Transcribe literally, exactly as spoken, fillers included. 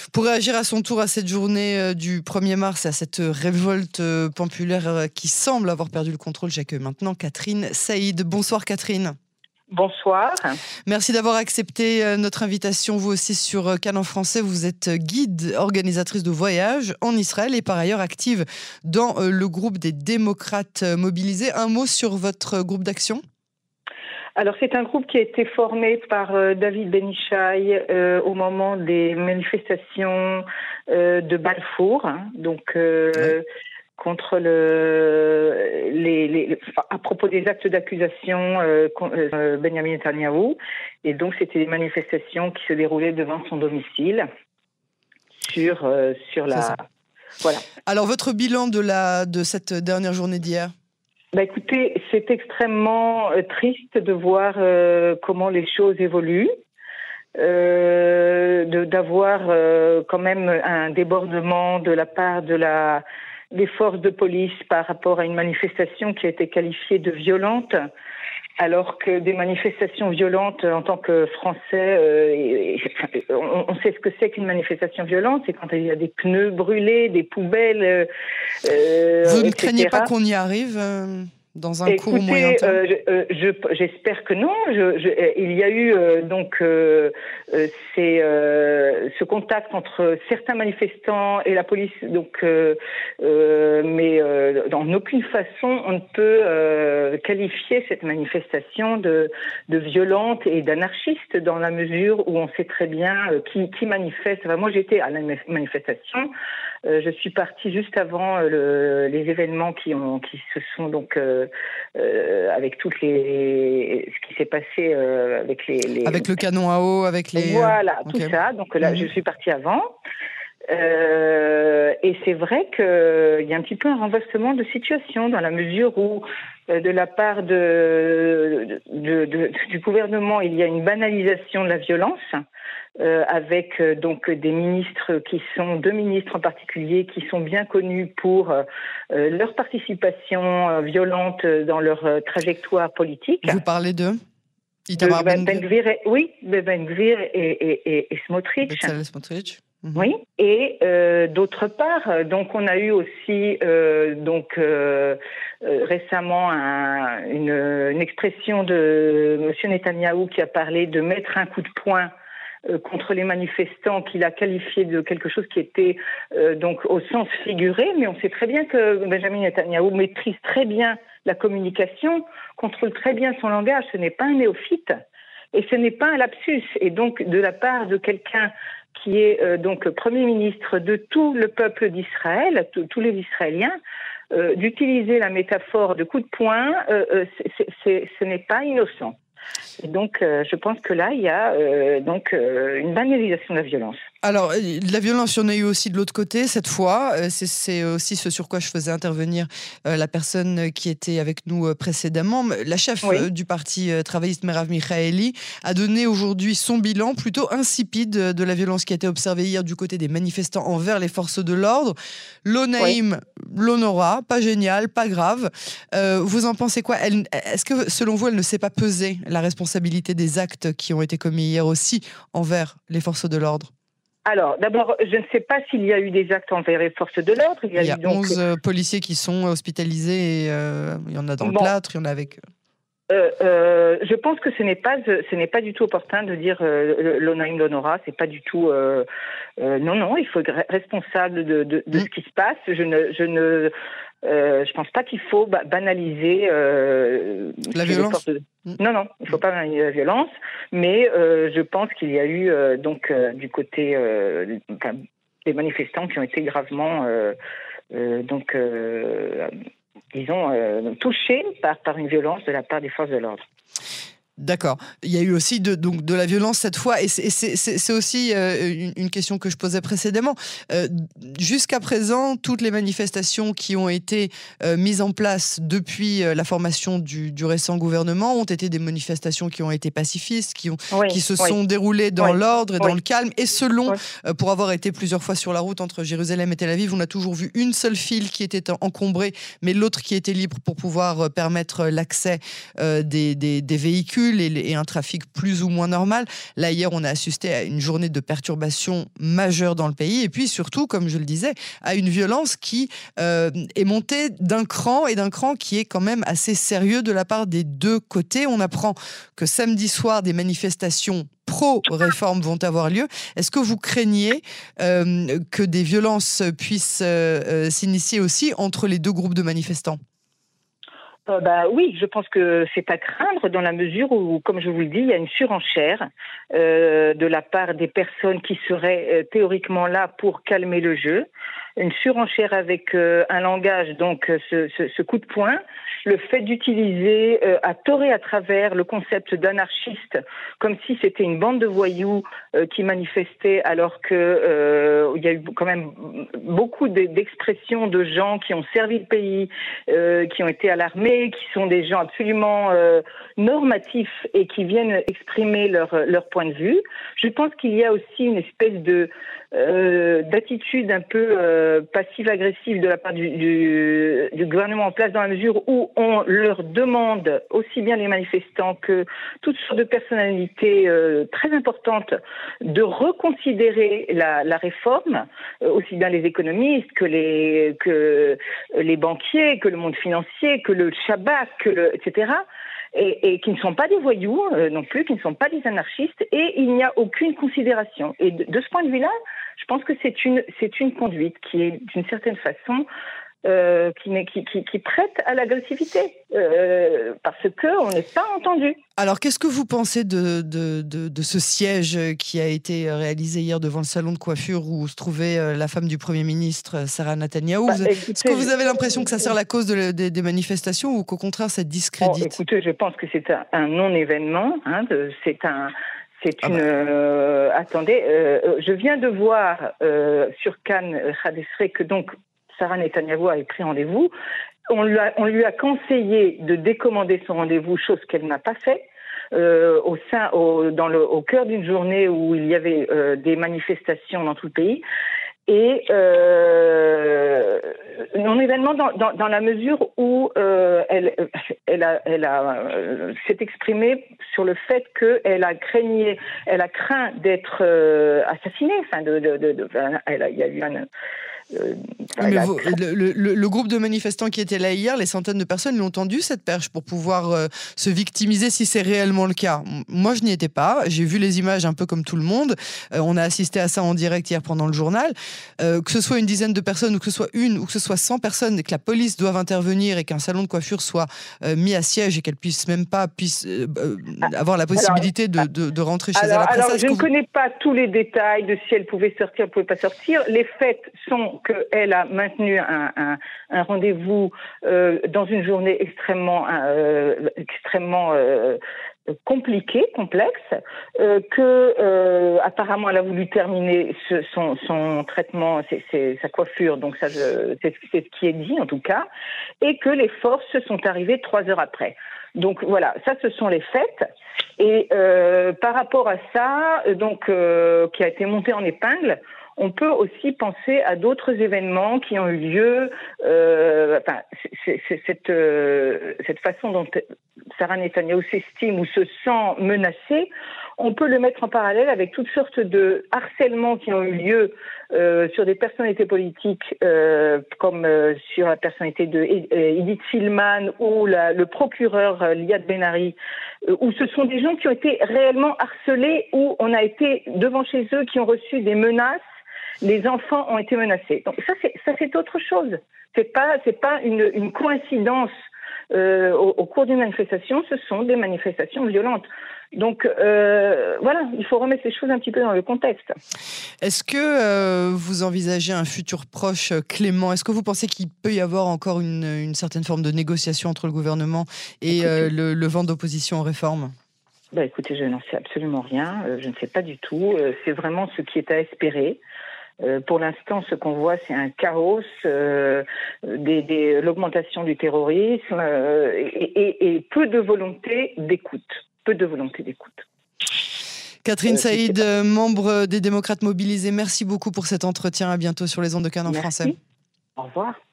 Pour réagir à son tour à cette journée euh, du premier mars et à cette révolte euh, populaire euh, qui semble avoir perdu le contrôle, j'accueille maintenant Catherine Saïd. Bonsoir Catherine. Bonsoir. Merci d'avoir accepté euh, notre invitation, vous aussi sur euh, Cannes en français. Vous êtes euh, guide, organisatrice de voyages en Israël et par ailleurs active dans euh, le groupe des démocrates euh, mobilisés. Un mot sur votre euh, groupe d'action ? Alors c'est un groupe qui a été formé par euh, David Ben Ishai euh, au moment des manifestations euh, de Balfour, hein, donc euh, ouais. contre le, les, les, à propos des actes d'accusation euh, euh, Benjamin Netanyahou, et donc c'était des manifestations qui se déroulaient devant son domicile sur euh, sur la voilà. Alors votre bilan de la de cette dernière journée d'hier? Bah écoutez, c'est extrêmement euh, triste de voir euh, comment les choses évoluent, euh, de, d'avoir euh, quand même un débordement de la part de la des forces de police par rapport à une manifestation qui a été qualifiée de violente, alors que des manifestations violentes en tant que Français, euh, et, et, on, on sait ce que c'est qu'une manifestation violente, c'est quand il y a des pneus brûlés, des poubelles. Euh, Vous ne et cetera. Craignez pas qu'on y arrive euh, dans un Écoutez, court ou moyen temps euh, je, euh, je, J'espère que non. Je, je, il y a eu euh, donc euh, ces, euh, ce contact entre certains manifestants et la police, donc, euh, euh, mais euh, en aucune façon on ne peut euh, qualifier cette manifestation de, de violente et d'anarchiste dans la mesure où on sait très bien euh, qui, qui manifeste. Enfin, moi j'étais à la manifestation. Euh, je suis partie juste avant euh, le, les événements qui ont qui se sont donc euh, euh, avec toutes les ce qui s'est passé euh, avec les, les avec le canon à eau, avec les voilà euh... tout okay. ça. Donc là, mmh. je suis partie avant. Euh, et c'est vrai qu'il y a un petit peu un renversement de situation dans la mesure où, euh, de la part de, de, de, de, du gouvernement, il y a une banalisation de la violence, euh, avec euh, donc des ministres qui sont, deux ministres en particulier, qui sont bien connus pour euh, leur participation euh, violente dans leur euh, trajectoire politique. Vous parlez d'eux? De Ben, ben Gvir et, oui, de Ben Gvir et, et, et, et Smotrich. Smotrich. Mmh. Oui, et euh, d'autre part, donc on a eu aussi euh, donc euh, euh, récemment un, une, une expression de Monsieur Netanyahou qui a parlé de mettre un coup de poing euh, contre les manifestants, qu'il a qualifié de quelque chose qui était euh, donc au sens figuré, mais on sait très bien que Benjamin Netanyahou maîtrise très bien la communication, contrôle très bien son langage. Ce n'est pas un néophyte et ce n'est pas un lapsus. Et donc de la part de quelqu'un qui est euh, donc Premier ministre de tout le peuple d'Israël, tous les Israéliens, euh, d'utiliser la métaphore de coup de poing, euh, euh, c'est, c'est, ce n'est pas innocent. Et donc, euh, je pense que là, il y a euh, donc euh, une banalisation de la violence. Alors, de la violence, il y en a eu aussi de l'autre côté, cette fois. C'est, c'est aussi ce sur quoi je faisais intervenir euh, la personne qui était avec nous euh, précédemment. La chef oui. euh, du parti euh, travailliste, Merav Michaeli, a donné aujourd'hui son bilan plutôt insipide de la violence qui a été observée hier du côté des manifestants envers les forces de l'ordre. L'Onaïm, oui. l'Honora, pas génial, pas grave. Euh, vous en pensez quoi? Elle, est-ce que, selon vous, elle ne sait pas peser la responsabilité des actes qui ont été commis hier aussi envers les forces de l'ordre? Alors, d'abord, je ne sais pas s'il y a eu des actes envers les forces de l'ordre. Il y a, il y a donc... onze euh, policiers qui sont hospitalisés, et, euh, il y en a dans bon. le plâtre, il y en a avec... Euh, euh, je pense que ce n'est pas, ce n'est pas du tout opportun de dire euh, l'Onaïm l'Honora, c'est pas du tout... Euh, euh, non, non, il faut être responsable de, de, de mmh. ce qui se passe. Je ne... Je ne Euh, je pense pas qu'il faut ba- banaliser euh, la violence. De... Mmh. Non, non, il faut pas banaliser la violence, mais euh, je pense qu'il y a eu euh, donc euh, du côté euh, enfin, des manifestants qui ont été gravement euh, euh, donc euh, disons euh, touchés par par une violence de la part des forces de l'ordre. D'accord. Il y a eu aussi de, donc, de la violence cette fois, et c'est, c'est, c'est, c'est aussi euh, une, une question que je posais précédemment. Euh, jusqu'à présent, toutes les manifestations qui ont été euh, mises en place depuis euh, la formation du, du récent gouvernement ont été des manifestations qui ont été pacifistes, qui, ont, oui, qui se oui. sont déroulées dans oui. l'ordre et oui. dans le calme, et selon, oui. euh, pour avoir été plusieurs fois sur la route entre Jérusalem et Tel Aviv, on a toujours vu une seule file qui était encombrée, mais l'autre qui était libre pour pouvoir euh, permettre l'accès euh, des, des, des véhicules, circulent et, et un trafic plus ou moins normal. Là, hier, on a assisté à une journée de perturbation majeure dans le pays. Et puis surtout, comme je le disais, à une violence qui euh, est montée d'un cran et d'un cran qui est quand même assez sérieux de la part des deux côtés. On apprend que samedi soir, des manifestations pro-réforme vont avoir lieu. Est-ce que vous craignez euh, que des violences puissent euh, euh, s'initier aussi entre les deux groupes de manifestants ? Euh, bah, oui, je pense que c'est à craindre dans la mesure où, comme je vous le dis, il y a une surenchère euh, de la part des personnes qui seraient euh, théoriquement là pour calmer le jeu. Une surenchère avec euh, un langage, donc ce, ce, ce coup de poing, le fait d'utiliser euh, à tort et à travers le concept d'anarchiste comme si c'était une bande de voyous euh, qui manifestaient, alors que euh, il y a eu quand même beaucoup d'expressions de gens qui ont servi le pays, euh, qui ont été à l'armée, qui sont des gens absolument euh, normatifs et qui viennent exprimer leur leur point de vue. Je pense qu'il y a aussi une espèce de euh, d'attitude un peu euh, passive-agressive de la part du, du, du gouvernement en place, dans la mesure où on leur demande, aussi bien les manifestants que toutes sortes de personnalités euh, très importantes, de reconsidérer la, la réforme, euh, aussi bien les économistes que les, que les banquiers, que le monde financier, que le Shabak, que le, et cetera, et, et qui ne sont pas des voyous euh, non plus, qui ne sont pas des anarchistes, et il n'y a aucune considération. Et de, de ce point de vue-là, je pense que c'est une, c'est une conduite qui est d'une certaine façon euh, qui, qui, qui, qui prête à l'agressivité, euh, parce qu'on n'est pas entendu. Alors, qu'est-ce que vous pensez de, de, de, de ce siège qui a été réalisé hier devant le salon de coiffure où se trouvait la femme du Premier ministre, Sarah Netanyahou? bah, écoutez, Est-ce que vous avez l'impression que ça sert la cause de, de, des manifestations ou qu'au contraire, ça discrédite? Bon, écoutez, je pense que c'est un, un non-événement. Hein, de, c'est un... C'est une. Ah bah. euh, attendez, euh, je viens de voir euh, sur Cannes Khadesre que donc Sarah Netanyahou avait pris rendez-vous. On lui a, on lui a conseillé de décommander son rendez-vous, chose qu'elle n'a pas fait. Euh, au sein, au, dans le, au cœur d'une journée où il y avait euh, des manifestations dans tout le pays. Et euh, non événement dans, dans, dans la mesure où euh, elle, elle a, elle a euh, s'est exprimée sur le fait qu'elle a craigné, elle a craint d'être euh, assassinée. Enfin, de, de, de, de elle a, il y a eu un Euh, Mais vous, le, le, le groupe de manifestants qui était là hier, les centaines de personnes l'ont tendu cette perche pour pouvoir euh, se victimiser si c'est réellement le cas. Moi, je n'y étais pas. J'ai vu les images un peu comme tout le monde. Euh, on a assisté à ça en direct hier pendant le journal. Euh, que ce soit une dizaine de personnes ou que ce soit une ou que ce soit cent personnes et que la police doive intervenir et qu'un salon de coiffure soit euh, mis à siège et qu'elle puisse même pas puisse euh, euh, avoir la possibilité alors, de, de, de rentrer chez alors, elle après alors, ça. Je ne vous... connais pas tous les détails de si elle pouvait sortir, elle pouvait pas sortir. Les faits sont qu'elle a maintenu un, un, un rendez-vous euh, dans une journée extrêmement, euh, extrêmement euh, compliquée, complexe, euh, que euh, apparemment elle a voulu terminer ce, son, son traitement, c'est, c'est, sa coiffure, donc ça, je, c'est, c'est ce qui est dit en tout cas, et que les forces sont arrivées trois heures après. Donc voilà, ça ce sont les faits. Et euh, par rapport à ça, donc euh, qui a été monté en épingle, on peut aussi penser à d'autres événements qui ont eu lieu. Euh, enfin, c'est, c'est, cette, euh, cette façon dont Sarah Netanyahou s'estime ou se sent menacée, on peut le mettre en parallèle avec toutes sortes de harcèlements qui ont eu lieu euh, sur des personnalités politiques, euh, comme euh, sur la personnalité de Edith Silman ou la, le procureur euh, Liad Ben-Ari, euh, où ce sont des gens qui ont été réellement harcelés, où on a été devant chez eux, qui ont reçu des menaces. Les enfants ont été menacés. Donc ça, c'est, ça, c'est autre chose. C'est pas, c'est pas une, une coïncidence euh, au, au cours d'une manifestation. Ce sont des manifestations violentes. Donc euh, voilà, il faut remettre les choses un petit peu dans le contexte. Est-ce que euh, vous envisagez un futur proche clément? Est-ce que vous pensez qu'il peut y avoir encore une, une certaine forme de négociation entre le gouvernement et euh, le, le vent d'opposition aux réformes? Bah, écoutez, je n'en sais absolument rien. Euh, je ne sais pas du tout. Euh, c'est vraiment ce qui est à espérer. Euh, pour l'instant, ce qu'on voit, c'est un chaos, euh, des, des, l'augmentation du terrorisme euh, et, et, et peu de volonté d'écoute. Peu de volonté d'écoute. Catherine euh, Saïd, membre des Démocrates Mobilisés, merci beaucoup pour cet entretien. À bientôt sur les ondes de Cannes en merci. français. Au revoir.